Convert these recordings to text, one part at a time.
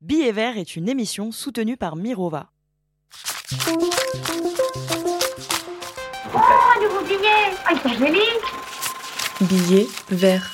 Billets verts est une émission soutenue par Mirova. Oh, un nouveau billet! Ah, il est joli! Billets verts.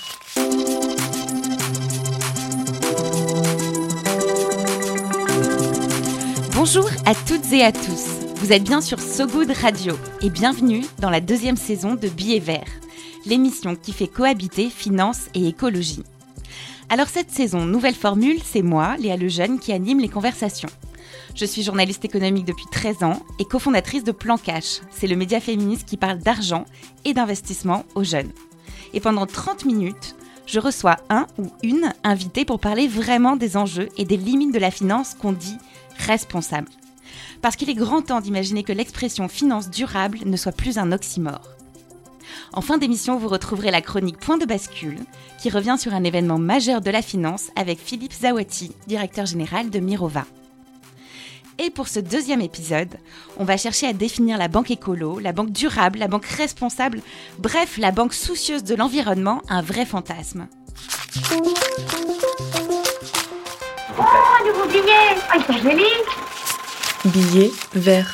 Bonjour à toutes et à tous. Vous êtes bien sur So Good Radio et bienvenue dans la deuxième saison de Billets verts, l'émission qui fait cohabiter finance et écologie. Alors cette saison, nouvelle formule, c'est moi, Léa Lejeune, qui anime les conversations. Je suis journaliste économique depuis 13 ans et cofondatrice de Plan Cash. C'est le média féministe qui parle d'argent et d'investissement aux jeunes. Et pendant 30 minutes, je reçois un ou une invitée pour parler vraiment des enjeux et des limites de la finance qu'on dit responsable. Parce qu'il est grand temps d'imaginer que l'expression finance durable ne soit plus un oxymore. En fin d'émission, vous retrouverez la chronique Point de bascule, qui revient sur un événement majeur de la finance avec Philippe Zawati, directeur général de Mirova. Et pour ce deuxième épisode, on va chercher à définir la banque écolo, la banque durable, la banque responsable, bref, la banque soucieuse de l'environnement, un vrai fantasme. Oh, un nouveau billet! Ah, il est joli! Billets verts.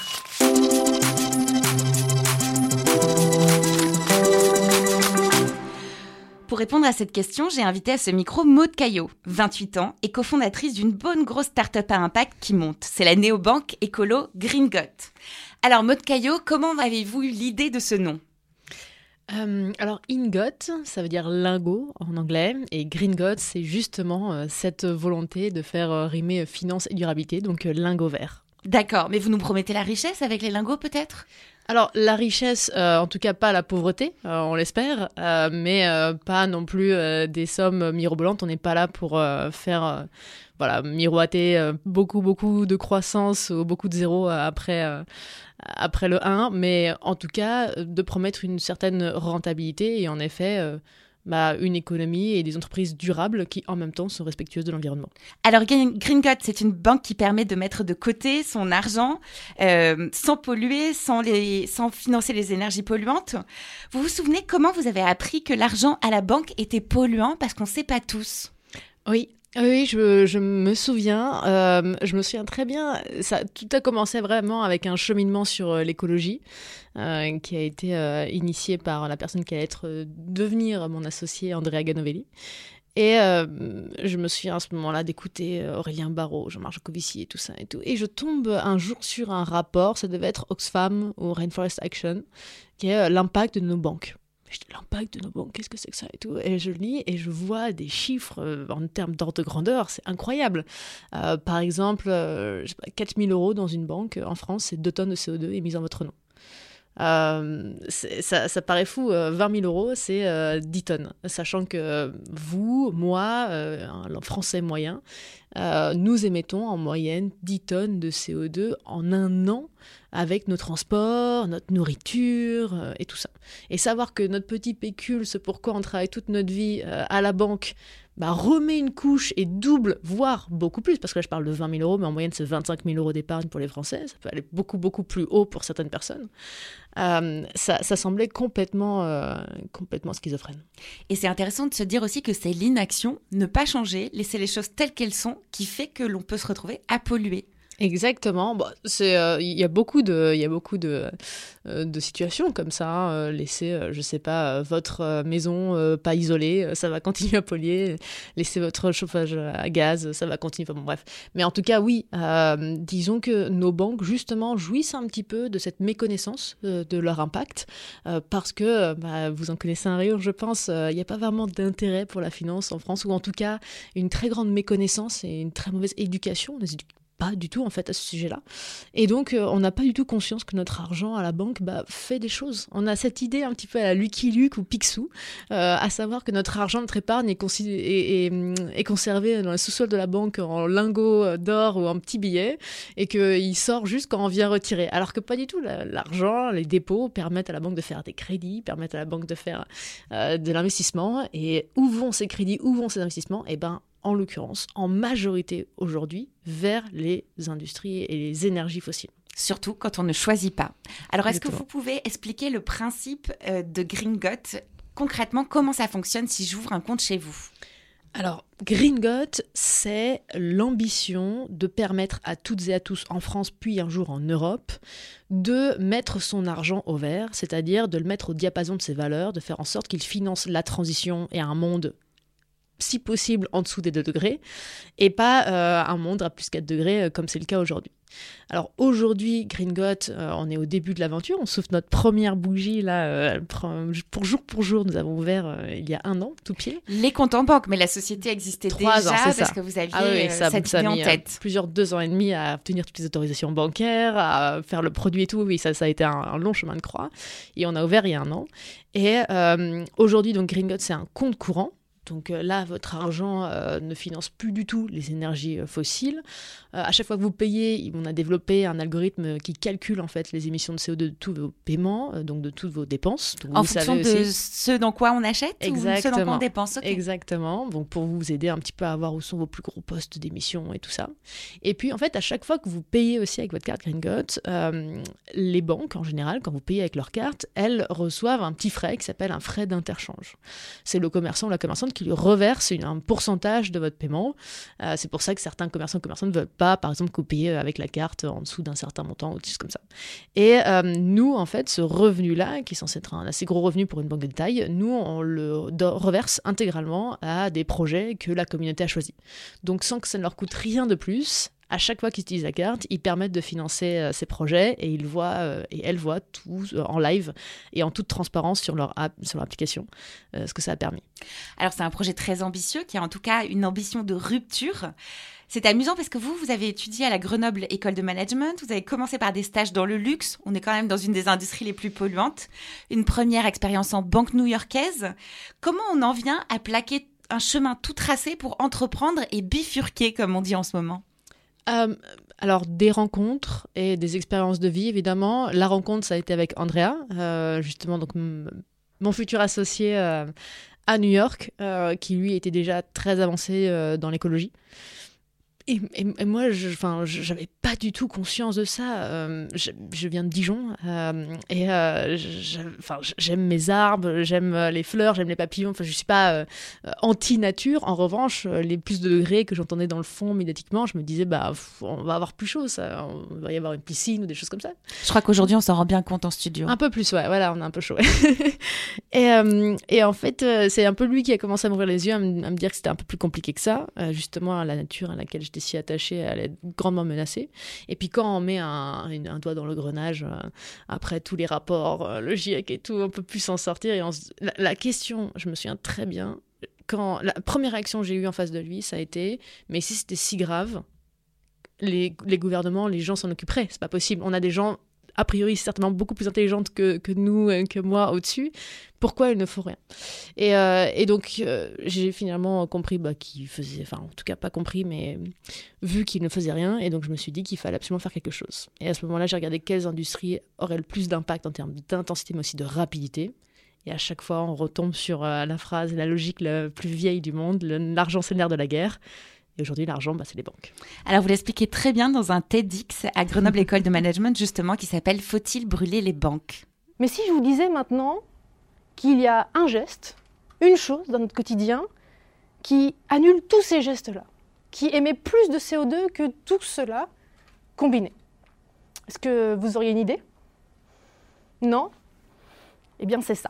Pour répondre à cette question, j'ai invité à ce micro Maude Caillot, 28 ans, et cofondatrice d'une bonne grosse start-up à impact qui monte. C'est la néobanque écolo Gringot. Alors Maude Caillot, comment avez-vous eu l'idée de ce nom ? Alors ingot, ça veut dire lingot en anglais, et Gringot, c'est justement cette volonté de faire rimer finance et durabilité, donc lingot vert. D'accord, mais vous nous promettez la richesse avec les lingots peut-être ? Alors la richesse, en tout cas pas la pauvreté, on l'espère, mais pas non plus des sommes mirobolantes. On n'est pas là pour faire miroiter beaucoup de croissance ou beaucoup de zéros après le 1, mais en tout cas de promettre une certaine rentabilité et en effet une économie et des entreprises durables qui en même temps sont respectueuses de l'environnement. Alors Gringot, c'est une banque qui permet de mettre de côté son argent sans polluer, sans financer les énergies polluantes. Vous vous souvenez comment vous avez appris que l'argent à la banque était polluant, parce qu'on ne sait pas tous ? Oui, je me souviens. Je me souviens très bien. Tout a commencé vraiment avec un cheminement sur l'écologie qui a été initié par la personne qui allait devenir mon associé, Andrea Ganovelli. Et je me souviens à ce moment-là d'écouter Aurélien Barraud, Jean-Marc Jancovici et tout ça et tout. Et je tombe un jour sur un rapport, ça devait être Oxfam ou Rainforest Action, qui est l'impact de nos banques. L'impact de nos banques, qu'est-ce que c'est que ça et tout. Et je lis et je vois des chiffres en termes d'ordre de grandeur, c'est incroyable. Par exemple, 4 000 € dans une banque en France, c'est 2 tonnes de CO2 émises en votre nom. Ça paraît fou, 20 000 €, c'est 10 tonnes. Sachant que vous, moi, un Français moyen, nous émettons en moyenne 10 tonnes de CO2 en un an avec nos transports, notre nourriture et tout ça. Et savoir que notre petit pécule, ce pourquoi on travaille toute notre vie à la banque, remet une couche et double, voire beaucoup plus, parce que là je parle de 20 000 €, mais en moyenne c'est 25 000 € d'épargne pour les Français, ça peut aller beaucoup plus haut pour certaines personnes. Ça semblait complètement schizophrène. Et c'est intéressant de se dire aussi que c'est l'inaction, ne pas changer, laisser les choses telles qu'elles sont, qui fait que l'on peut se retrouver à polluer. Exactement. Il y a beaucoup de situations comme ça. Hein. Laissez, je sais pas, votre maison pas isolée, ça va continuer à polluer. Laissez votre chauffage à gaz, ça va continuer. Enfin, bon, bref. Mais en tout cas, oui. Disons que nos banques justement jouissent un petit peu de cette méconnaissance de leur impact, parce que vous en connaissez un rayon, je pense. Il n'y a pas vraiment d'intérêt pour la finance en France, ou en tout cas une très grande méconnaissance et une très mauvaise éducation. Pas du tout en fait à ce sujet-là. Et donc on n'a pas du tout conscience que notre argent à la banque fait des choses. On a cette idée un petit peu à la Lucky Luke ou Picsou, à savoir que notre argent, notre épargne est conservé dans le sous-sol de la banque en lingots d'or ou en petits billets, et qu'il sort juste quand on vient retirer. Alors que pas du tout. L'argent, les dépôts permettent à la banque de faire des crédits, permettent à la banque de faire de l'investissement. Et où vont ces crédits, où vont ces investissements ? En l'occurrence, en majorité aujourd'hui, vers les industries et les énergies fossiles. Surtout quand on ne choisit pas. Alors, est-ce Exactement. que vous pouvez expliquer le principe de Gringot ? Concrètement, comment ça fonctionne si j'ouvre un compte chez vous ? Alors, Greengot, c'est l'ambition de permettre à toutes et à tous en France, puis un jour en Europe, de mettre son argent au vert, c'est-à-dire de le mettre au diapason de ses valeurs, de faire en sorte qu'il finance la transition et un monde, si possible, en dessous des 2 degrés, et pas un monde à plus 4 degrés, comme c'est le cas aujourd'hui. Alors aujourd'hui, Greengot, on est au début de l'aventure, on souffle notre première bougie là, pour jour, nous avons ouvert il y a 1 an, tout pied. Les comptes en banque, mais la société existait 3 déjà ans, c'est parce ça. que vous aviez cette ça idée a en mis tête. 2 ans et demi à obtenir toutes les autorisations bancaires, à faire le produit et tout. Oui, ça a été un long chemin de croix. Et on a ouvert il y a 1 an. Et aujourd'hui, donc Greengot, c'est un compte courant. Donc là, votre argent ne finance plus du tout les énergies fossiles. À chaque fois que vous payez, on a développé un algorithme qui calcule en fait les émissions de CO2 de tous vos paiements, donc de toutes vos dépenses. Donc, en fonction de ce dans quoi on achète ou ce dans quoi on dépense. Okay. Exactement. Donc pour vous aider un petit peu à voir où sont vos plus gros postes d'émissions et tout ça. Et puis en fait, à chaque fois que vous payez aussi avec votre carte Greengot, les banques en général, quand vous payez avec leur carte, elles reçoivent un petit frais qui s'appelle un frais d'interchange. C'est le commerçant ou la commerçante qui lui reverse un pourcentage de votre paiement. C'est pour ça que certains commerçants et commerçantes ne veulent pas, par exemple, que vous payez avec la carte en dessous d'un certain montant ou des choses comme ça. Et nous, en fait, ce revenu-là, qui est censé être un assez gros revenu pour une banque de taille, nous, on le reverse intégralement à des projets que la communauté a choisis. Donc, sans que ça ne leur coûte rien de plus, à chaque fois qu'ils utilisent la carte, ils permettent de financer ces projets et ils voient et elles voient tout en live et en toute transparence sur leur app, sur leur application, ce que ça a permis. Alors, c'est un projet très ambitieux qui a en tout cas une ambition de rupture. C'est amusant parce que vous avez étudié à la Grenoble École de Management, vous avez commencé par des stages dans le luxe, on est quand même dans une des industries les plus polluantes, une première expérience en banque new-yorkaise. Comment on en vient à plaquer un chemin tout tracé pour entreprendre et bifurquer, comme on dit en ce moment ? Alors, des rencontres et des expériences de vie, évidemment. La rencontre, ça a été avec Andrea, justement, donc mon futur associé à New York, qui lui était déjà très avancé dans l'écologie. Et moi, j'avais pas du tout conscience de ça. Je viens de Dijon et j'aime mes arbres, j'aime les fleurs, j'aime les papillons. Enfin, je suis pas anti-nature. En revanche, les plus de degrés que j'entendais dans le fond médiatiquement, je me disais on va avoir plus chaud, ça. On va y avoir une piscine ou des choses comme ça. Je crois qu'aujourd'hui, on s'en rend bien compte en studio. Un peu plus, ouais. Voilà, on est un peu chaud. et en fait, c'est un peu lui qui a commencé à m'ouvrir les yeux, à me dire que c'était un peu plus compliqué que ça. Justement, la nature à laquelle j'étais si attachée, elle est grandement menacée. Et puis quand on met un doigt dans le grenage, après tous les rapports, le GIEC et tout, on peut plus s'en sortir. Et la question, je me souviens très bien, quand la première réaction que j'ai eue en face de lui, ça a été « mais si c'était si grave, les gouvernements, les gens s'en occuperaient, c'est pas possible. On a des gens a priori certainement beaucoup plus intelligentes que nous, que moi au-dessus, pourquoi il ne faut rien ? Et donc j'ai finalement compris qu'il faisait, enfin en tout cas pas compris, mais vu qu'il ne faisait rien, et donc je me suis dit qu'il fallait absolument faire quelque chose. Et à ce moment-là, j'ai regardé quelles industries auraient le plus d'impact en termes d'intensité, mais aussi de rapidité. Et à chaque fois, on retombe sur la phrase et la logique la plus vieille du monde, l'argent c'est le nerf de la guerre. Et aujourd'hui, l'argent, c'est les banques. Alors, vous l'expliquez très bien dans un TEDx à Grenoble École de Management, justement, qui s'appelle « Faut-il brûler les banques ?» Mais si je vous disais maintenant qu'il y a un geste, une chose dans notre quotidien, qui annule tous ces gestes-là, qui émet plus de CO2 que tout cela combiné. Est-ce que vous auriez une idée ? Non ? Eh bien, c'est ça.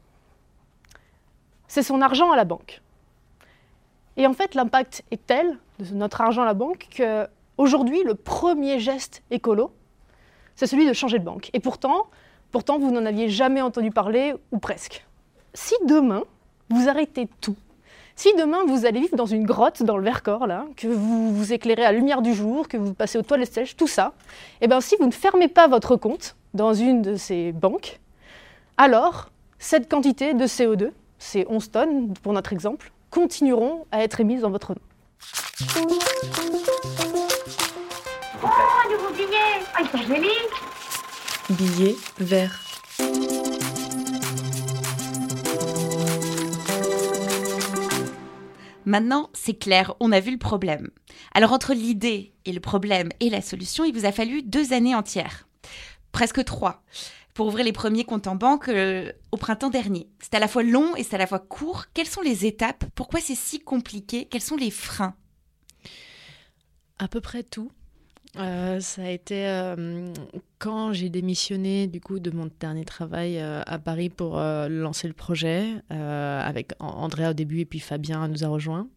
C'est son argent à la banque. Et en fait, l'impact est tel de notre argent à la banque qu'aujourd'hui, le premier geste écolo, c'est celui de changer de banque. Et pourtant, vous n'en aviez jamais entendu parler, ou presque. Si demain, vous arrêtez tout, si demain, vous allez vivre dans une grotte dans le Vercors, là, que vous vous éclairez à la lumière du jour, que vous passez aux toilettes sèches, tout ça, et bien si vous ne fermez pas votre compte dans une de ces banques, alors, cette quantité de CO2, c'est 11 tonnes pour notre exemple, continueront à être émises dans votre nom. Oh, un nouveau billet. Ah, il est joli. Billet vert. Maintenant, c'est clair, on a vu le problème. Alors, entre l'idée et le problème et la solution, il vous a fallu 2 années entières. Presque 3. pour ouvrir les premiers comptes en banque au printemps dernier. C'est à la fois long et c'est à la fois court. Quelles sont les étapes? Pourquoi c'est si compliqué? Quels sont les freins? À peu près tout. Ça a été quand j'ai démissionné du coup de mon dernier travail à Paris pour lancer le projet avec Andrea au début et puis Fabien nous a rejoints.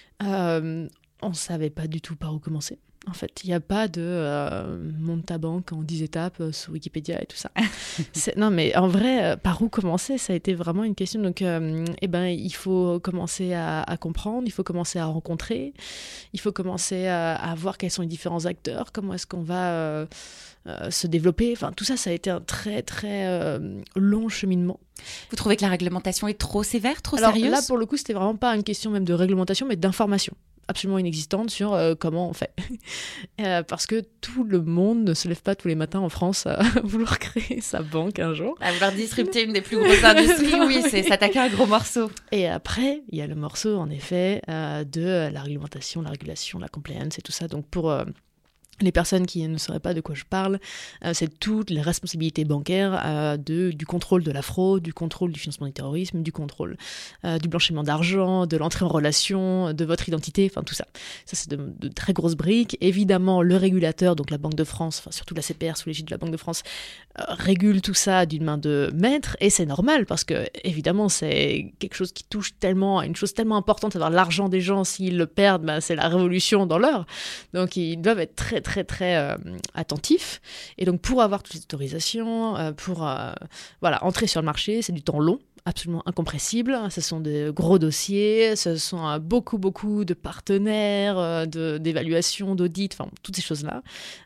On savait pas du tout par où commencer. En fait, il n'y a pas de monte ta banque en 10 étapes sur Wikipédia et tout ça. Non, mais en vrai, par où commencer? Ça a été vraiment une question. Donc, il faut commencer à comprendre, il faut commencer à rencontrer, il faut commencer à voir quels sont les différents acteurs, comment est-ce qu'on va se développer. Enfin, tout ça, ça a été un très, très long cheminement. Vous trouvez que la réglementation est trop sévère, trop Alors, sérieuse? Là, pour le coup, c'était vraiment pas une question même de réglementation, mais d'information absolument inexistante sur comment on fait. Parce que tout le monde ne se lève pas tous les matins en France à vouloir créer sa banque un jour. À vouloir disrupter une des plus grosses industries, oui, c'est s'attaquer à un gros morceau. Et après, il y a le morceau, en effet, de la réglementation, la régulation, la compliance et tout ça. Donc pour les personnes qui ne sauraient pas de quoi je parle, c'est toutes les responsabilités bancaires du contrôle de la fraude, du contrôle du financement du terrorisme, du contrôle du blanchiment d'argent, de l'entrée en relation, de votre identité, enfin tout ça. Ça, c'est de très grosses briques. Évidemment, le régulateur, donc la Banque de France, enfin surtout la CPR sous l'égide de la Banque de France, régule tout ça d'une main de maître, et c'est normal parce que, évidemment, c'est quelque chose qui touche tellement à une chose tellement importante, c'est-à-dire l'argent des gens, s'ils le perdent, c'est la révolution dans l'heure. Donc, ils doivent être très, très, très attentifs. Et donc, pour avoir toutes les autorisations, pour entrer sur le marché, c'est du temps long, absolument incompressible. Ce sont des gros dossiers, ce sont beaucoup, beaucoup de partenaires, d'évaluation, d'audit, enfin, toutes ces choses-là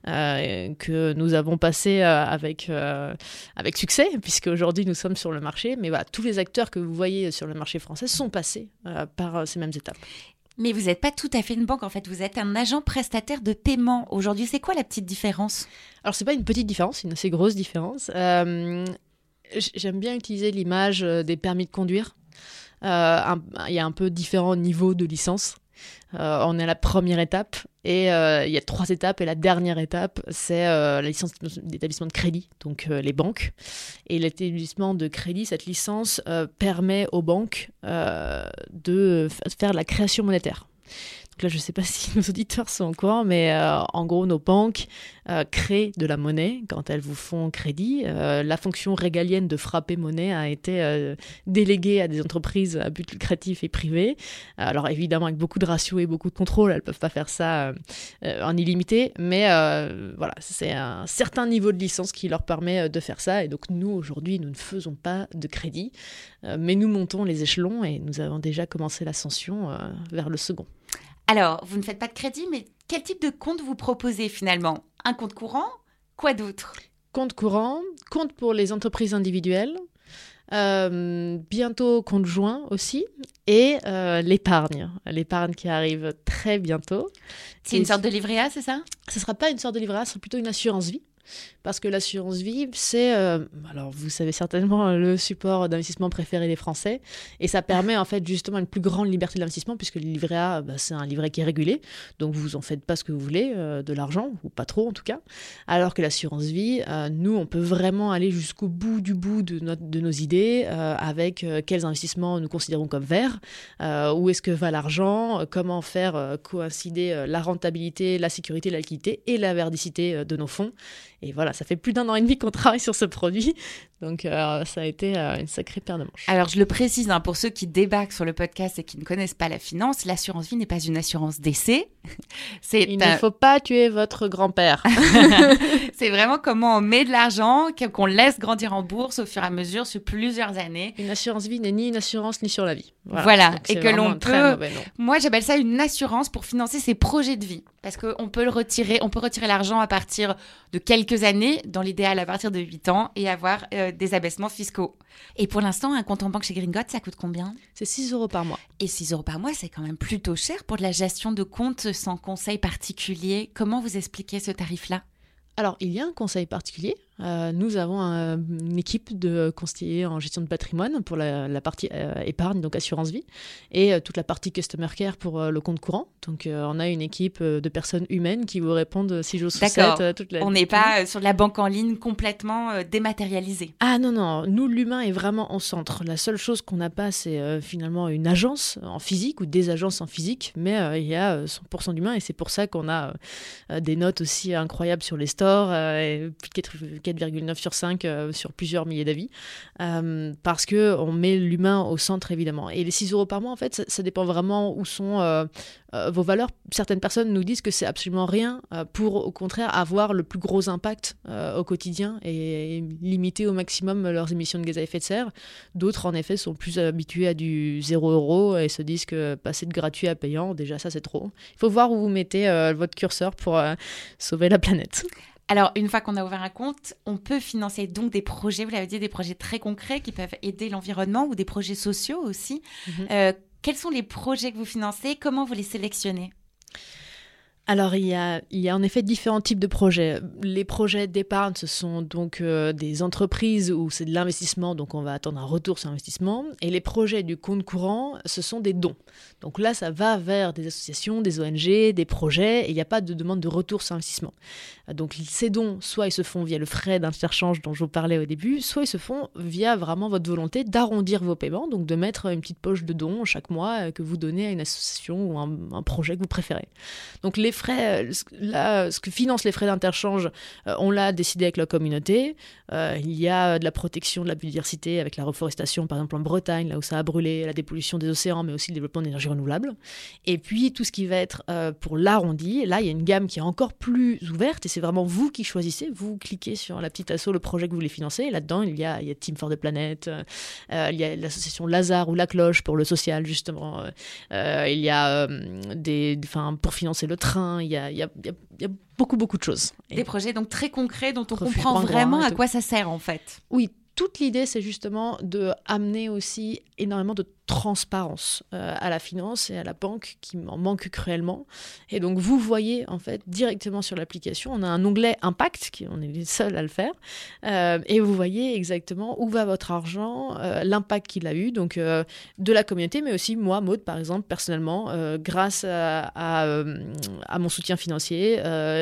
que nous avons passées avec succès, puisque aujourd'hui nous sommes sur le marché. Mais voilà, tous les acteurs que vous voyez sur le marché français sont passés par ces mêmes étapes. Mais vous n'êtes pas tout à fait une banque, en fait. Vous êtes un agent prestataire de paiement. Aujourd'hui, c'est quoi la petite différence? Alors, c'est pas une petite différence, c'est une assez grosse différence. J'aime bien utiliser l'image des permis de conduire. Il y a un peu différents niveaux de licence. On est à la première étape et il y a 3 étapes, et la dernière étape, c'est la licence d'établissement de crédit, donc les banques. Et l'établissement de crédit, cette licence permet aux banques de faire de la création monétaire. Donc là, je ne sais pas si nos auditeurs sont au courant, mais en gros, nos banques créent de la monnaie quand elles vous font crédit. La fonction régalienne de frapper monnaie a été déléguée à des entreprises à but lucratif et privées. Alors évidemment, avec beaucoup de ratios et beaucoup de contrôle, elles ne peuvent pas faire ça en illimité, mais voilà, c'est un certain niveau de licence qui leur permet de faire ça. Et donc nous, aujourd'hui, nous ne faisons pas de crédit, mais nous montons les échelons et nous avons déjà commencé l'ascension vers le second. Alors, vous ne faites pas de crédit, mais quel type de compte vous proposez finalement? Un compte courant? Quoi d'autre? Compte courant, compte pour les entreprises individuelles, bientôt compte joint aussi, et l'épargne qui arrive très bientôt. C'est une sorte de livret A, c'est ça? Ce ne sera pas une sorte de livret A, ce sera plutôt une assurance vie. Parce que l'assurance vie, c'est, alors vous savez certainement, le support d'investissement préféré des Français. Et ça permet en fait justement une plus grande liberté d'investissement, puisque le livret A, c'est un livret qui est régulé. Donc vous en faites pas ce que vous voulez, de l'argent, ou pas trop en tout cas. Alors que l'assurance vie, nous, on peut vraiment aller jusqu'au bout de nos idées, avec quels investissements nous considérons comme verts, où est-ce que va l'argent, comment faire coïncider la rentabilité, la sécurité, la liquidité et la verdicité de nos fonds. Et voilà, ça fait plus d'1 an et demi qu'on travaille sur ce produit. Donc, ça a été une sacrée paire de manches. Alors, je le précise, pour ceux qui débarquent sur le podcast et qui ne connaissent pas la finance, l'assurance vie n'est pas une assurance décès. Il ne faut pas tuer votre grand-père. C'est vraiment comment on met de l'argent, qu'on laisse grandir en bourse au fur et à mesure sur plusieurs années. Une assurance vie n'est ni une assurance ni sur la vie. Voilà. Et que l'on peut... nom. Moi, j'appelle ça une assurance pour financer ses projets de vie. Parce qu'on peut retirer l'argent à partir de quelques années, dans l'idéal à partir de 8 ans, et avoir des abaissements fiscaux. Et pour l'instant, un compte en banque chez Gringot, ça coûte combien? C'est 6 € par mois. Et 6 € par mois, c'est quand même plutôt cher pour de la gestion de compte sans conseil particulier. Comment vous expliquez ce tarif-là? Alors, il y a un conseil particulier, Nous avons une équipe de conseillers en gestion de patrimoine pour la partie épargne, donc assurance vie, et toute la partie customer care pour le compte courant. Donc on a une équipe de personnes humaines qui vous répondent 6 jours sur 7. On n'est pas sur la banque en ligne complètement dématérialisée. Ah non, nous l'humain est vraiment en centre. La seule chose qu'on n'a pas, c'est finalement une agence en physique ou des agences en physique, mais il y a 100% d'humain et c'est pour ça qu'on a des notes aussi incroyables sur les stores, et plus de 4,9 sur 5 sur plusieurs milliers d'avis, parce qu'on met l'humain au centre évidemment. Et les 6 euros par mois, en fait, ça dépend vraiment où sont vos valeurs. Certaines personnes nous disent que c'est absolument rien pour au contraire avoir le plus gros impact au quotidien et limiter au maximum leurs émissions de gaz à effet de serre. D'autres en effet sont plus habitués à du 0 € et se disent que passer de gratuit à payant, déjà ça c'est trop. Il faut voir où vous mettez votre curseur pour sauver la planète. Alors, une fois qu'on a ouvert un compte, on peut financer donc des projets, vous l'avez dit, des projets très concrets qui peuvent aider l'environnement ou des projets sociaux aussi. Quels sont les projets que vous financez? Comment vous les sélectionnez? Alors, il y a en effet différents types de projets. Les projets d'épargne, ce sont donc des entreprises où c'est de l'investissement, donc on va attendre un retour sur investissement. Et les projets du compte courant, ce sont des dons. Donc là, ça va vers des associations, des ONG, des projets, et il n'y a pas de demande de retour sur investissement. Donc ces dons, soit ils se font via le frais d'interchange dont je vous parlais au début, soit ils se font via vraiment votre volonté d'arrondir vos paiements, donc de mettre une petite poche de dons chaque mois que vous donnez à une association ou un projet que vous préférez. Donc les frais, là, ce que financent les frais d'interchange, on l'a décidé avec la communauté. Il y a de la protection de la biodiversité avec la reforestation, par exemple en Bretagne, là où ça a brûlé, la dépollution des océans, mais aussi le développement d'énergie renouvelable. Et puis tout ce qui va être pour l'arrondi, là il y a une gamme qui est encore plus ouverte et c'est vraiment vous qui choisissez. Vous cliquez sur la petite asso, le projet que vous voulez financer. Et là-dedans, il y a Team for the Planet, il y a l'association Lazare ou La Cloche pour le social, justement. Il y a pour financer le train. Il y a beaucoup de choses. Des projets donc très concrets dont on comprend vraiment à quoi ça sert en fait. Oui, toute l'idée, c'est justement de amener aussi énormément de transparence à la finance et à la banque qui en manque cruellement. Et donc, vous voyez en fait directement sur l'application, on a un onglet Impact, on est les seuls à le faire, et vous voyez exactement où va votre argent, l'impact qu'il a eu, donc de la communauté, mais aussi moi, Maud, par exemple, personnellement, grâce à mon soutien financier,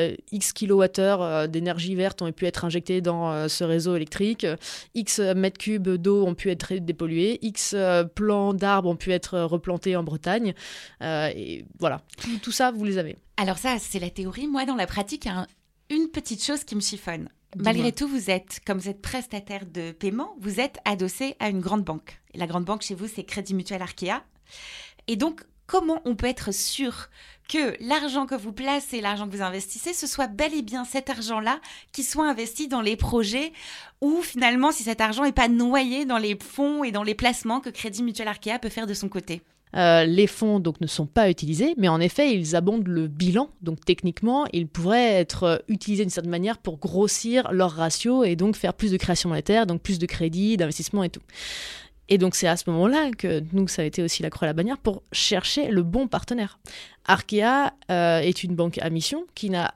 X kilowattheures d'énergie verte ont pu être injectés dans ce réseau électrique, X mètres cubes d'eau ont pu être dépollués, X plants d'arbres ont pu être replantés en Bretagne. Et voilà, tout ça, vous les avez. Alors ça, c'est la théorie. Moi, dans la pratique, il y a une petite chose qui me chiffonne. Dis-moi. Malgré tout, comme vous êtes prestataire de paiement, vous êtes adossé à une grande banque. Et la grande banque chez vous, c'est Crédit Mutuel Arkea. Et donc, comment on peut être sûr que l'argent que vous placez, l'argent que vous investissez, ce soit bel et bien cet argent-là qui soit investi dans les projets ou finalement si cet argent n'est pas noyé dans les fonds et dans les placements que Crédit Mutuel Arkea peut faire de son côté? Les fonds donc ne sont pas utilisés, mais en effet, ils abondent le bilan. Donc techniquement, ils pourraient être utilisés d'une certaine manière pour grossir leur ratio et donc faire plus de création monétaire, donc plus de crédit, d'investissement et tout. Et donc, c'est à ce moment-là que nous, ça a été aussi la croix à la bannière pour chercher le bon partenaire. Arkea est une banque à mission qui a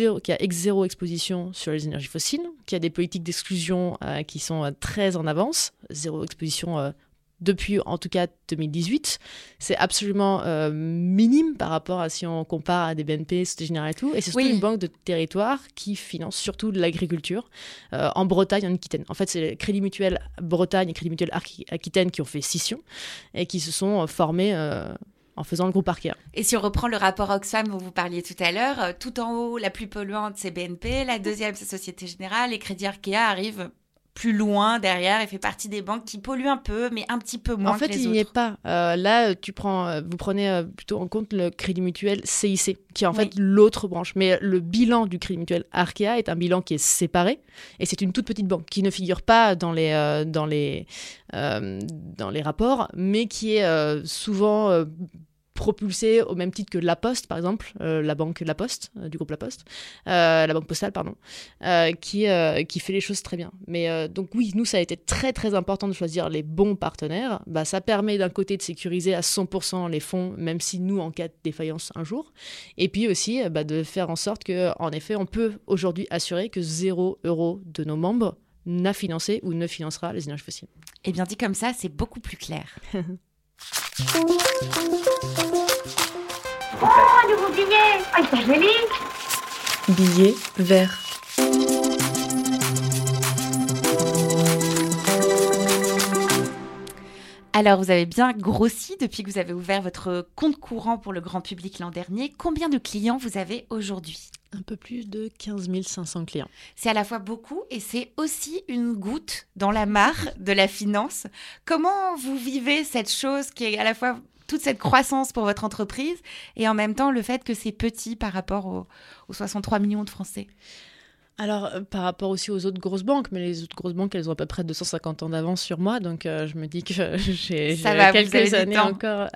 zéro exposition sur les énergies fossiles, qui a des politiques d'exclusion qui sont très en avance, zéro exposition depuis en tout cas 2018. C'est absolument minime par rapport à si on compare à des BNP, Société Générale et tout. Et c'est surtout une banque de territoire qui finance surtout de l'agriculture en Bretagne, en Aquitaine. En fait, c'est Crédit Mutuel Bretagne et Crédit Mutuel Aquitaine qui ont fait scission et qui se sont formés en faisant le groupe Arkea. Et si on reprend le rapport Oxfam dont vous parliez tout à l'heure, tout en haut, la plus polluante, c'est BNP, la deuxième, c'est Société Générale, et Crédit Arkea arrive plus loin derrière et fait partie des banques qui polluent un peu, mais un petit peu moins que les autres. En fait, il n'y est pas. Là, vous prenez plutôt en compte le Crédit Mutuel CIC, qui est en fait l'autre branche. Mais le bilan du Crédit Mutuel Arkea est un bilan qui est séparé, et c'est une toute petite banque qui ne figure pas dans les rapports, mais qui est souvent propulsé au même titre que La Poste, par exemple, la banque La Poste, du groupe La Poste, la banque postale, pardon, qui fait les choses très bien. Mais donc oui, nous, ça a été très très important de choisir les bons partenaires. Ça permet d'un côté de sécuriser à 100% les fonds, même si nous, en cas de défaillance un jour, et puis aussi de faire en sorte qu'en effet, on peut aujourd'hui assurer que 0 € de nos membres n'a financé ou ne financera les énergies fossiles. Eh bien, dit comme ça, c'est beaucoup plus clair. Oh, un nouveau billet. Ah, c'est joli. Billet vert. Alors, vous avez bien grossi depuis que vous avez ouvert votre compte courant pour le grand public l'an dernier. Combien de clients vous avez aujourd'hui ? Un peu plus de 15 500 clients. C'est à la fois beaucoup et c'est aussi une goutte dans la mare de la finance. Comment vous vivez cette chose qui est à la fois toute cette croissance pour votre entreprise et en même temps le fait que c'est petit par rapport aux 63 millions de Français ? Alors, par rapport aussi aux autres grosses banques, mais les autres grosses banques, elles ont à peu près 250 ans d'avance sur moi, donc je me dis que j'ai quelques années encore.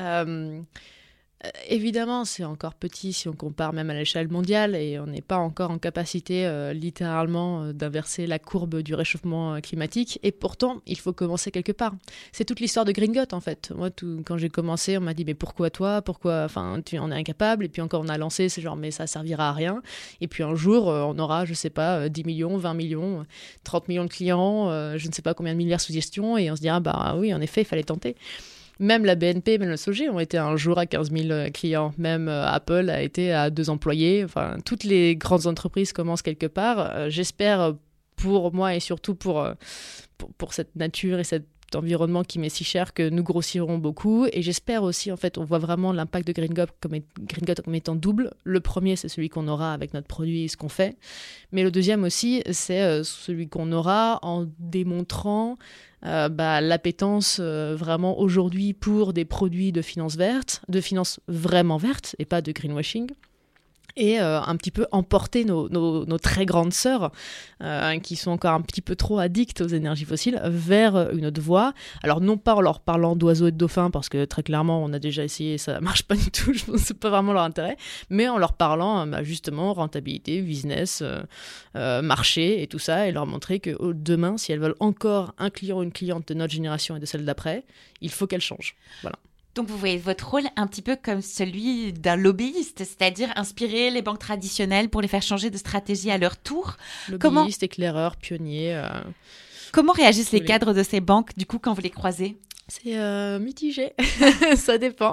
Évidemment, c'est encore petit si on compare même à l'échelle mondiale et on n'est pas encore en capacité littéralement d'inverser la courbe du réchauffement climatique. Et pourtant, il faut commencer quelque part. C'est toute l'histoire de Gringot en fait. Moi, quand j'ai commencé, on m'a dit mais pourquoi toi ? Pourquoi ? Enfin, tu en es incapable. Et puis encore, on a lancé, c'est genre mais ça servira à rien. Et puis un jour, on aura, je sais pas, 10 millions, 20 millions, 30 millions de clients, je ne sais pas combien de milliards sous gestion. Et on se dira bah oui, en effet, il fallait tenter. Même la BNP, même le SOG ont été un jour à 15 000 clients. Même Apple a été à 2 employés. Enfin, toutes les grandes entreprises commencent quelque part. J'espère pour moi et surtout pour cette nature et cet environnement qui m'est si cher que nous grossirons beaucoup. Et j'espère aussi, en fait, on voit vraiment l'impact de Gringot comme étant double. Le premier, c'est celui qu'on aura avec notre produit et ce qu'on fait. Mais le deuxième aussi, c'est celui qu'on aura en démontrant l'appétence vraiment aujourd'hui pour des produits de finance verte, de finance vraiment verte et pas de greenwashing. Et un petit peu emporter nos très grandes sœurs qui sont encore un petit peu trop addictes aux énergies fossiles vers une autre voie. Alors non pas en leur parlant d'oiseaux et de dauphins parce que très clairement on a déjà essayé, ça marche pas du tout, je pense que c'est pas vraiment leur intérêt, mais en leur parlant justement rentabilité, business, marché et tout ça, et leur montrer que demain si elles veulent encore un client ou une cliente de notre génération et de celle d'après, il faut qu'elles changent. Voilà. Donc vous voyez votre rôle un petit peu comme celui d'un lobbyiste, c'est-à-dire inspirer les banques traditionnelles pour les faire changer de stratégie à leur tour. Lobbyiste, éclaireur, pionnier. Comment réagissent les cadres de ces banques du coup quand vous les croisez ? C'est mitigé, ça dépend.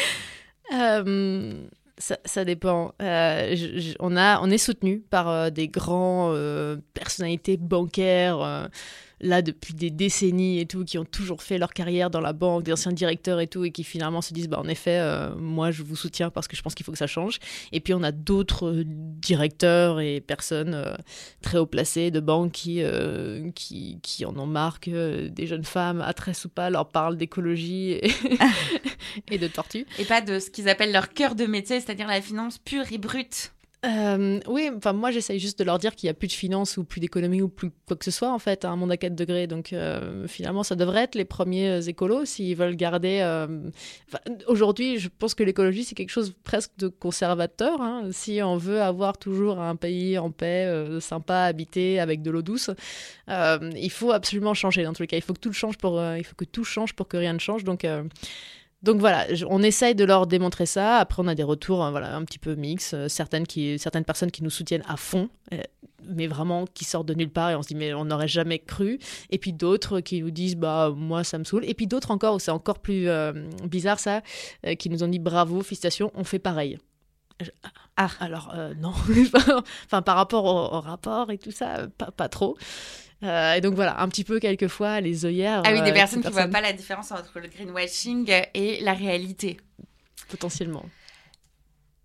Ça dépend. On est soutenu par des grands personnalités bancaires là depuis des décennies et tout, qui ont toujours fait leur carrière dans la banque, des anciens directeurs et tout, et qui finalement se disent en effet, moi je vous soutiens parce que je pense qu'il faut que ça change. Et puis on a d'autres directeurs et personnes très haut placées de banques qui en ont marre que des jeunes femmes à tresses ou pas leur parlent d'écologie et de tortue. Et pas de ce qu'ils appellent leur cœur de métier, c'est-à-dire la finance pure et brute. Oui, enfin moi j'essaye juste de leur dire qu'il n'y a plus de finance ou plus d'économie ou plus quoi que ce soit en fait, un monde à 4 degrés, donc finalement ça devrait être les premiers écolos s'ils veulent garder aujourd'hui je pense que l'écologie c'est quelque chose presque de conservateur, hein. Si on veut avoir toujours un pays en paix, sympa, habité, avec de l'eau douce, il faut absolument changer dans tous les cas, il faut que tout change pour que rien ne change, donc voilà, on essaye de leur démontrer ça. Après, on a des retours un petit peu mix. Certaines personnes qui nous soutiennent à fond, mais vraiment qui sortent de nulle part et on se dit mais on n'aurait jamais cru. Et puis d'autres qui nous disent moi ça me saoule. Et puis d'autres encore où c'est encore plus bizarre ça, qui nous ont dit bravo, félicitations, on fait pareil. Alors non, enfin par rapport au rapport et tout ça, pas trop. Et donc voilà, un petit peu quelquefois les œillères. Ah oui, des personnes qui ne voient pas la différence entre le greenwashing et la réalité. Potentiellement.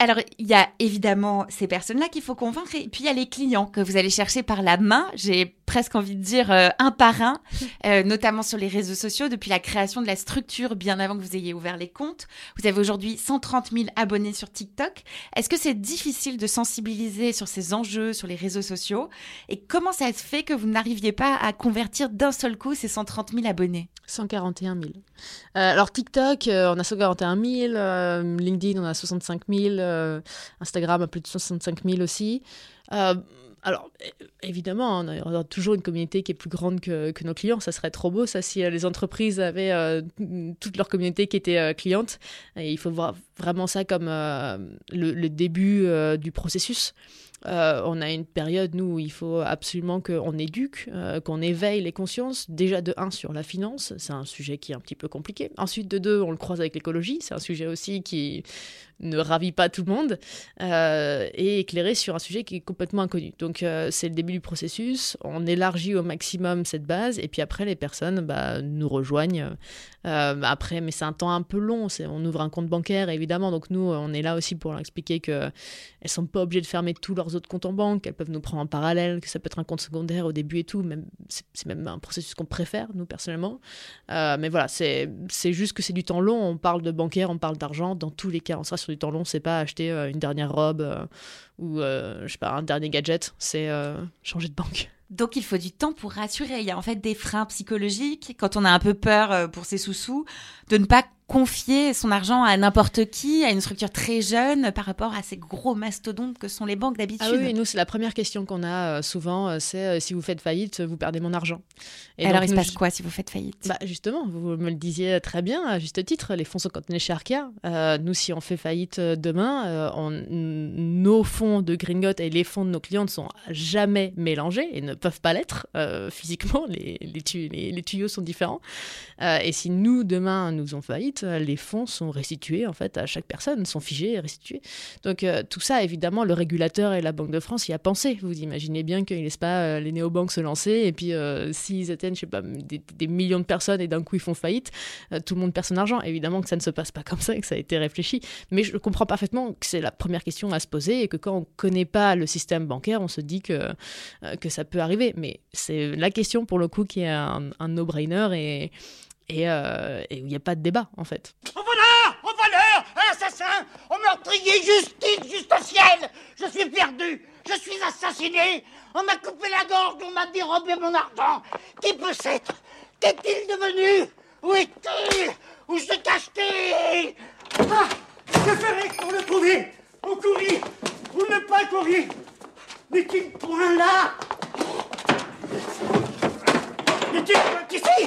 Alors, il y a évidemment ces personnes-là qu'il faut convaincre, et puis il y a les clients que vous allez chercher par la main, j'ai presque envie de dire un par un, notamment sur les réseaux sociaux, depuis la création de la structure, bien avant que vous ayez ouvert les comptes. Vous avez aujourd'hui 130 000 abonnés sur TikTok. Est-ce que c'est difficile de sensibiliser sur ces enjeux, sur les réseaux sociaux? Et comment ça se fait que vous n'arriviez pas à convertir d'un seul coup ces 130 000 abonnés? 141 000. Alors TikTok, on a 141 000, LinkedIn, on a 65 000, Instagram a plus de 65 000 aussi. Alors, évidemment, on aura toujours une communauté qui est plus grande que nos clients. Ça serait trop beau, ça, si les entreprises avaient toute leur communauté qui était cliente. Et il faut voir vraiment ça comme le début du processus. On a une période, nous, où il faut absolument qu'on éduque, qu'on éveille les consciences. Déjà, de 1, sur la finance, c'est un sujet qui est un petit peu compliqué. Ensuite, de 2, on le croise avec l'écologie. C'est un sujet aussi qui ne ravit pas tout le monde. Et éclairé sur un sujet qui est complètement inconnu. Donc, c'est le début du processus. On élargit au maximum cette base. Et puis après, les personnes nous rejoignent. Après, mais c'est un temps un peu long. On ouvre un compte bancaire, évidemment. Donc, nous, on est là aussi pour leur expliquer qu'elles ne sont pas obligées de fermer tous leurs autres comptes en banque, elles peuvent nous prendre en parallèle, que ça peut être un compte secondaire au début et tout, même, c'est même un processus qu'on préfère, nous, personnellement. Mais voilà, c'est juste que c'est du temps long, on parle de bancaire, on parle d'argent, dans tous les cas, on sera sur du temps long, c'est pas acheter une dernière robe ou, je sais pas, un dernier gadget, c'est changer de banque. Donc, il faut du temps pour rassurer. Il y a en fait des freins psychologiques, quand on a un peu peur pour ses sous-sous, de ne pas confier son argent à n'importe qui, à une structure très jeune, par rapport à ces gros mastodontes que sont les banques d'habitude. Ah oui, nous, c'est la première question qu'on a souvent, c'est si vous faites faillite, vous perdez mon argent. Et alors, il se passe quoi si vous faites faillite? Justement, vous me le disiez très bien, à juste titre, les fonds sont cantonnés chez Arkéa. Nous, si on fait faillite demain, nos fonds de Greengot et les fonds de nos clients ne sont jamais mélangés et ne peuvent pas l'être physiquement. Les tuyaux sont différents. Et si nous, demain, nous faisons faillite, les fonds sont restitués en fait à chaque personne, sont figés et restitués. Donc tout ça, évidemment, le régulateur et la Banque de France y a pensé. Vous imaginez bien qu'ils ne laissent pas les néobanques se lancer et puis s'ils atteignent, je sais pas, des millions de personnes et d'un coup ils font faillite, tout le monde perd son argent. Évidemment que ça ne se passe pas comme ça et que ça a été réfléchi. Mais je comprends parfaitement que c'est la première question à se poser et que quand on ne connaît pas le système bancaire, on se dit que ça peut arriver. Mais c'est la question pour le coup qui est un no-brainer et où il n'y a pas de débat, en fait. Au voleur, à l'assassin, au meurtrier, justice, juste au ciel. Je suis perdu, je suis assassiné. On m'a coupé la gorge, on m'a dérobé mon argent. Qui peut s'être? Qu'est-il devenu? Où est-il? Où se cache-t-il? Ah, que ferais-je pour le trouver? Ou courir? Ou ne pas courir? N'est-il point là? N'est-il point ici?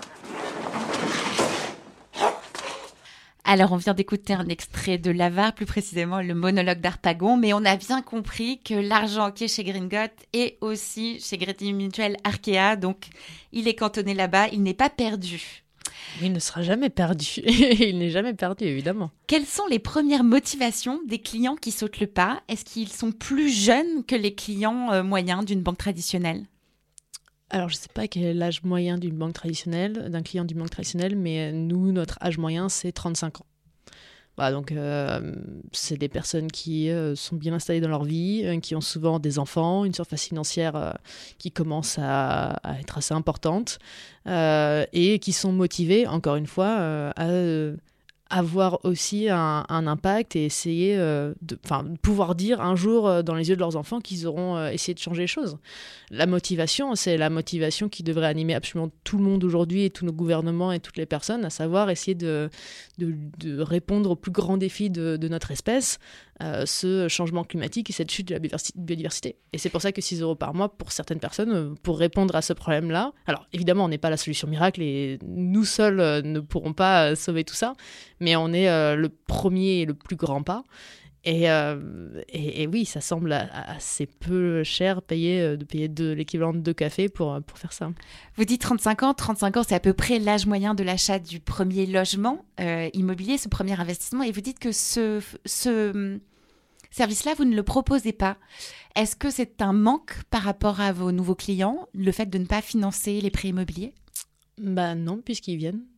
Alors, on vient d'écouter un extrait de l'Avare, plus précisément le monologue d'Harpagon, mais on a bien compris que l'argent qui est chez Greengot est aussi chez Crédit Mutuel Arkéa, donc il est cantonné là-bas, il n'est pas perdu. Il ne sera jamais perdu, il n'est jamais perdu, évidemment. Quelles sont les premières motivations des clients qui sautent le pas? Est-ce qu'ils sont plus jeunes que les clients moyens d'une banque traditionnelle? Alors, je ne sais pas quel est l'âge moyen d'un client d'une banque traditionnelle, mais nous, notre âge moyen, c'est 35 ans. Voilà, donc, c'est des personnes qui sont bien installées dans leur vie, qui ont souvent des enfants, une surface financière qui commence à être assez importante, et qui sont motivées, encore une fois, à avoir aussi un impact et essayer de pouvoir dire un jour dans les yeux de leurs enfants qu'ils auront essayé de changer les choses. La motivation, c'est la motivation qui devrait animer absolument tout le monde aujourd'hui et tous nos gouvernements et toutes les personnes, à savoir essayer de répondre aux plus grands défis de notre espèce, ce changement climatique et cette chute de la biodiversité. Et c'est pour ça que 6 € par mois, pour certaines personnes, pour répondre à ce problème-là, alors évidemment on n'est pas la solution miracle et nous seuls ne pourrons pas sauver tout ça, mais on est le premier et le plus grand pas. Et oui, ça semble assez peu cher de payer l'équivalent de 2 cafés pour faire ça. Vous dites 35 ans, c'est à peu près l'âge moyen de l'achat du premier logement immobilier, ce premier investissement, et vous dites que ce service-là, vous ne le proposez pas. Est-ce que c'est un manque par rapport à vos nouveaux clients, le fait de ne pas financer les prêts immobiliers ? Non, puisqu'ils viennent.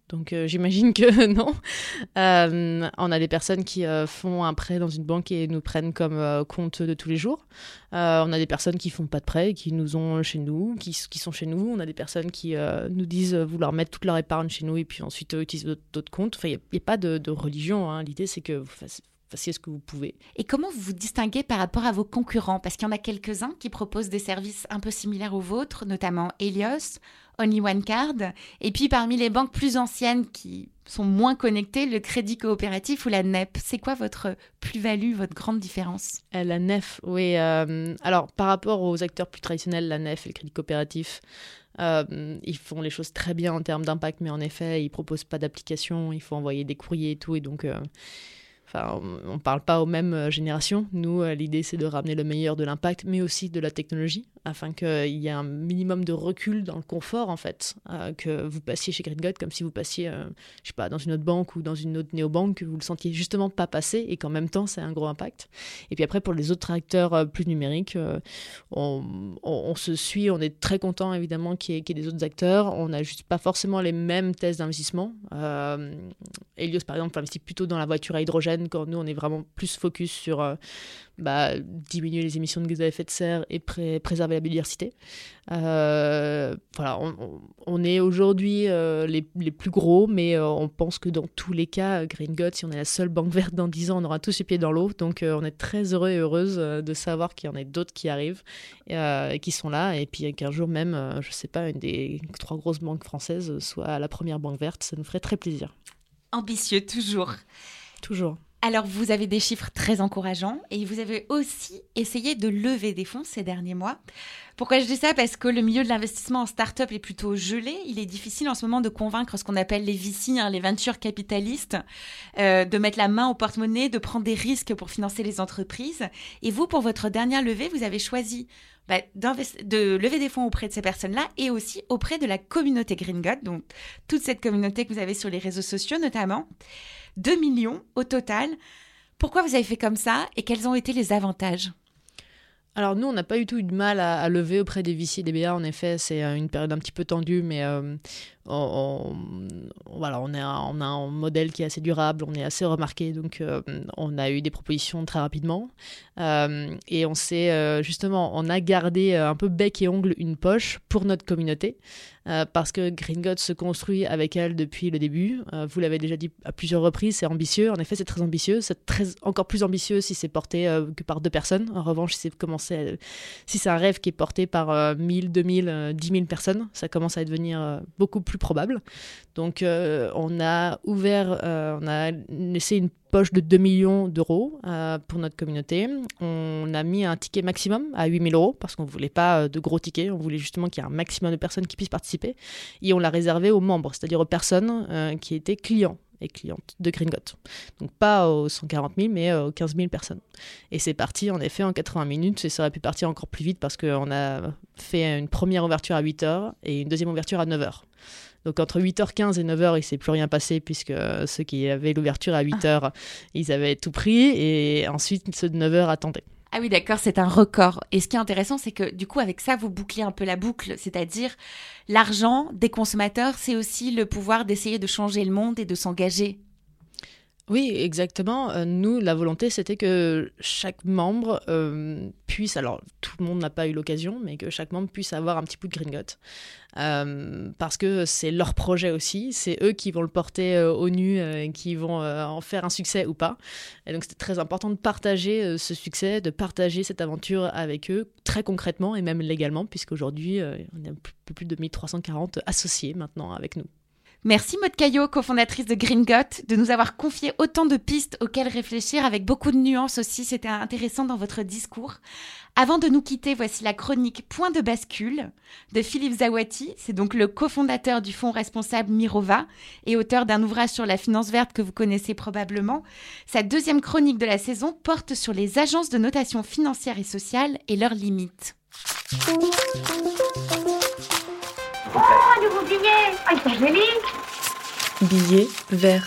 Donc j'imagine que non. On a des personnes qui font un prêt dans une banque et nous prennent comme compte de tous les jours. On a des personnes qui font pas de prêt et qui nous ont chez nous, qui sont chez nous. On a des personnes qui nous disent vouloir mettre toute leur épargne chez nous et puis ensuite utiliser d'autres comptes. Enfin, il n'y a pas de religion, hein. L'idée, c'est que vous fassiez ce que vous pouvez. Et comment vous vous distinguez par rapport à vos concurrents? Parce qu'il y en a quelques-uns qui proposent des services un peu similaires aux vôtres, notamment Helios, Only One Card, et puis parmi les banques plus anciennes qui sont moins connectées, le Crédit Coopératif ou la NEP. C'est quoi votre plus-value, votre grande différence? La NEF, oui. Alors, par rapport aux acteurs plus traditionnels, la NEF et le Crédit Coopératif, ils font les choses très bien en termes d'impact, mais en effet, ils ne proposent pas d'application, il faut envoyer des courriers et tout, et donc... on ne parle pas aux mêmes générations. Nous, l'idée, c'est de ramener le meilleur de l'impact, mais aussi de la technologie, afin qu'il y ait un minimum de recul dans le confort, en fait, que vous passiez chez Gringot comme si vous passiez, je sais pas, dans une autre banque ou dans une autre néobanque, que vous le sentiez justement pas passer et qu'en même temps, c'est un gros impact. Et puis après, pour les autres acteurs plus numériques, on se suit, on est très content, évidemment, qu'il y ait des autres acteurs. On n'a juste pas forcément les mêmes thèses d'investissement. Helios, par exemple, investit plutôt dans la voiture à hydrogène, quand nous, on est vraiment plus focus sur diminuer les émissions de gaz à effet de serre et préserver la biodiversité. Voilà, on est aujourd'hui les plus gros, mais on pense que dans tous les cas, Gringot, si on est la seule banque verte dans 10 ans, on aura tous les pieds dans l'eau. Donc on est très heureux et heureuse de savoir qu'il y en a d'autres qui arrivent, qui sont là, et puis qu'un jour même, je ne sais pas, une des 3 grosses banques françaises soit la première banque verte, ça nous ferait très plaisir. Ambitieux, toujours. Toujours. Alors, vous avez des chiffres très encourageants et vous avez aussi essayé de lever des fonds ces derniers mois. Pourquoi je dis ça? Parce que le milieu de l'investissement en start-up est plutôt gelé. Il est difficile en ce moment de convaincre ce qu'on appelle les VC, les venture capitalistes, de mettre la main au porte-monnaie, de prendre des risques pour financer les entreprises. Et vous, pour votre dernière levée, vous avez choisi de lever des fonds auprès de ces personnes-là et aussi auprès de la communauté Gringot, donc toute cette communauté que vous avez sur les réseaux sociaux notamment. 2 millions au total. Pourquoi vous avez fait comme ça et quels ont été les avantages? Alors nous, on n'a pas du tout eu de mal à lever auprès des VC et des BA. En effet, c'est une période un petit peu tendue, mais on a un modèle qui est assez durable, on est assez remarqué, donc on a eu des propositions très rapidement. Et on s'est justement, on a gardé un peu bec et ongle une poche pour notre communauté, parce que Gringot se construit avec elle depuis le début. Vous l'avez déjà dit à plusieurs reprises, c'est ambitieux. En effet, c'est très ambitieux. C'est encore plus ambitieux si c'est porté que par 2 personnes. En revanche, si c'est un rêve qui est porté par 1000, 2000, 10 000 personnes, ça commence à devenir beaucoup plus probable. Donc, on a laissé une poche de 2 millions d'euros pour notre communauté. On a mis un ticket maximum à 8 000 euros parce qu'on ne voulait pas de gros tickets. On voulait justement qu'il y ait un maximum de personnes qui puissent participer. Et on l'a réservé aux membres, c'est-à-dire aux personnes qui étaient clients et clientes de Gringot. Donc pas aux 140 000, mais aux 15 000 personnes. Et c'est parti, en effet, en 80 minutes. Et ça aurait pu partir encore plus vite parce qu'on a fait une première ouverture à 8h et une deuxième ouverture à 9h. Donc entre 8h15 et 9h, il ne s'est plus rien passé puisque ceux qui avaient l'ouverture à 8h, ils avaient tout pris. Et ensuite, ceux de 9h attendaient. Ah oui, d'accord, c'est un record. Et ce qui est intéressant, c'est que du coup, avec ça, vous bouclez un peu la boucle. C'est-à-dire, l'argent des consommateurs, c'est aussi le pouvoir d'essayer de changer le monde et de s'engager. Oui, exactement. Nous, la volonté, c'était que chaque membre puisse, alors tout le monde n'a pas eu l'occasion, mais que chaque membre puisse avoir un petit bout de Gringot. Parce que c'est leur projet aussi, c'est eux qui vont le porter au nu, qui vont en faire un succès ou pas. Et donc c'était très important de partager ce succès, de partager cette aventure avec eux, très concrètement et même légalement, puisqu'aujourd'hui, on a un peu plus de 1340 associés maintenant avec nous. Merci Maud Caillot, cofondatrice de Gringot, de nous avoir confié autant de pistes auxquelles réfléchir avec beaucoup de nuances aussi. C'était intéressant dans votre discours. Avant de nous quitter, voici la chronique Point de bascule de Philippe Zawati. C'est donc le cofondateur du fonds responsable Mirova et auteur d'un ouvrage sur la finance verte que vous connaissez probablement. Sa 2e chronique de la saison porte sur les agences de notation financière et sociale et leurs limites. Oh, un nouveau billet. Ah, c'est joli. Billet vert.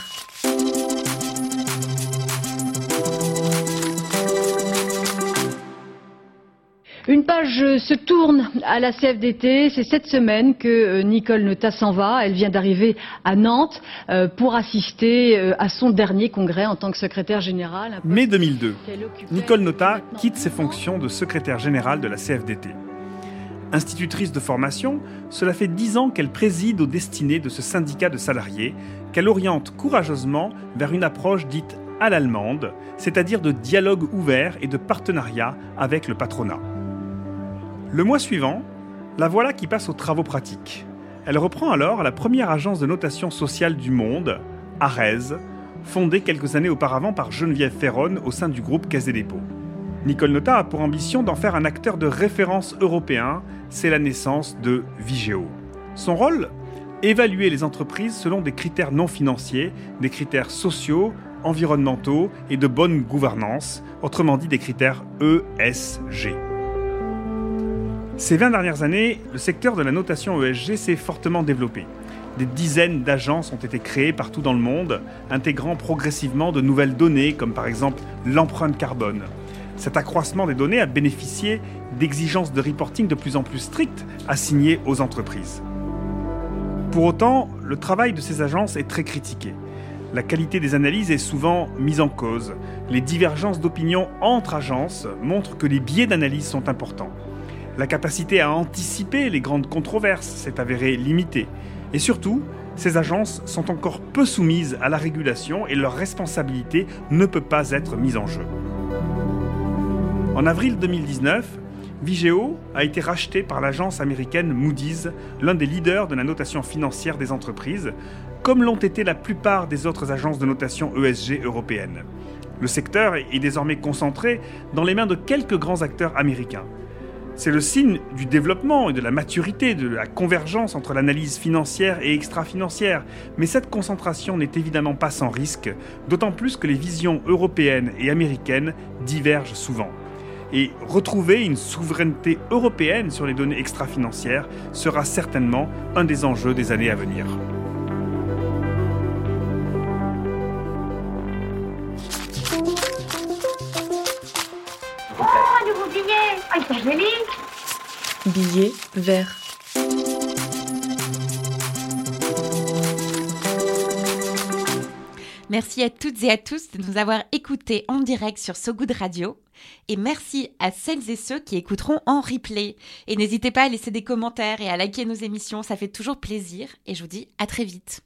Une page se tourne à la CFDT. C'est cette semaine que Nicole Notat s'en va. Elle vient d'arriver à Nantes pour assister à son dernier congrès en tant que secrétaire générale. Mai 2002, Nicole Notat quitte ses fonctions de secrétaire générale de la CFDT. Institutrice de formation, cela fait 10 ans qu'elle préside aux destinées de ce syndicat de salariés, qu'elle oriente courageusement vers une approche dite à l'allemande, c'est-à-dire de dialogue ouvert et de partenariat avec le patronat. Le mois suivant, la voilà qui passe aux travaux pratiques. Elle reprend alors la première agence de notation sociale du monde, ARES, fondée quelques années auparavant par Geneviève Ferron au sein du groupe Caisse des dépôts. Nicole Notat a pour ambition d'en faire un acteur de référence européen, c'est la naissance de Vigeo. Son rôle ? Évaluer les entreprises selon des critères non financiers, des critères sociaux, environnementaux et de bonne gouvernance, autrement dit des critères ESG. Ces 20 dernières années, le secteur de la notation ESG s'est fortement développé. Des dizaines d'agences ont été créées partout dans le monde, intégrant progressivement de nouvelles données, comme par exemple l'empreinte carbone. Cet accroissement des données a bénéficié d'exigences de reporting de plus en plus strictes assignées aux entreprises. Pour autant, le travail de ces agences est très critiqué. La qualité des analyses est souvent mise en cause. Les divergences d'opinion entre agences montrent que les biais d'analyse sont importants. La capacité à anticiper les grandes controverses s'est avérée limitée. Et surtout, ces agences sont encore peu soumises à la régulation et leur responsabilité ne peut pas être mise en jeu. En avril 2019, Vigeo a été racheté par l'agence américaine Moody's, l'un des leaders de la notation financière des entreprises, comme l'ont été la plupart des autres agences de notation ESG européennes. Le secteur est désormais concentré dans les mains de quelques grands acteurs américains. C'est le signe du développement et de la maturité, de la convergence entre l'analyse financière et extra-financière. Mais cette concentration n'est évidemment pas sans risque, d'autant plus que les visions européennes et américaines divergent souvent. Et retrouver une souveraineté européenne sur les données extra-financières sera certainement un des enjeux des années à venir. Oh, nouveau billet. Ah, c'est joli. Billet vert. Merci à toutes et à tous de nous avoir écoutés en direct sur So Good Radio. Et merci à celles et ceux qui écouteront en replay. Et n'hésitez pas à laisser des commentaires et à liker nos émissions, ça fait toujours plaisir. Et je vous dis à très vite.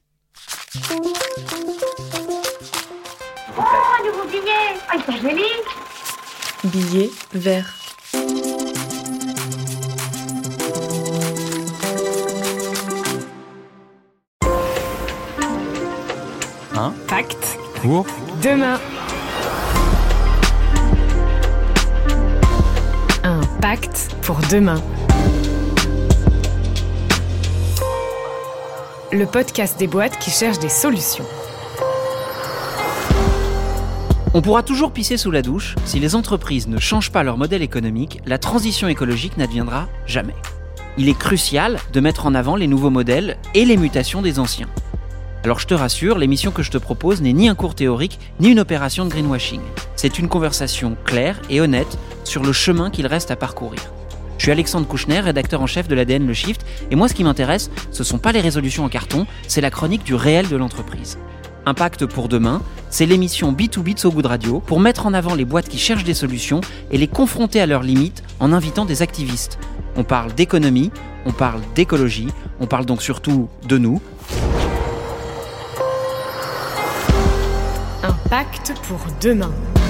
Oh, nouveau billet. Ah, c'est joli. Billet vert. Un pacte pour demain. Un pacte pour demain. Le podcast des boîtes qui cherchent des solutions. On pourra toujours pisser sous la douche, si les entreprises ne changent pas leur modèle économique, la transition écologique n'adviendra jamais. Il est crucial de mettre en avant les nouveaux modèles et les mutations des anciens. Alors je te rassure, l'émission que je te propose n'est ni un cours théorique, ni une opération de greenwashing. C'est une conversation claire et honnête sur le chemin qu'il reste à parcourir. Je suis Alexandre Kouchner, rédacteur en chef de l'ADN Le Shift, et moi ce qui m'intéresse, ce ne sont pas les résolutions en carton, c'est la chronique du réel de l'entreprise. Un pacte pour demain, c'est l'émission B2B de So Good Radio pour mettre en avant les boîtes qui cherchent des solutions et les confronter à leurs limites en invitant des activistes. On parle d'économie, on parle d'écologie, on parle donc surtout de nous. Un pacte pour demain.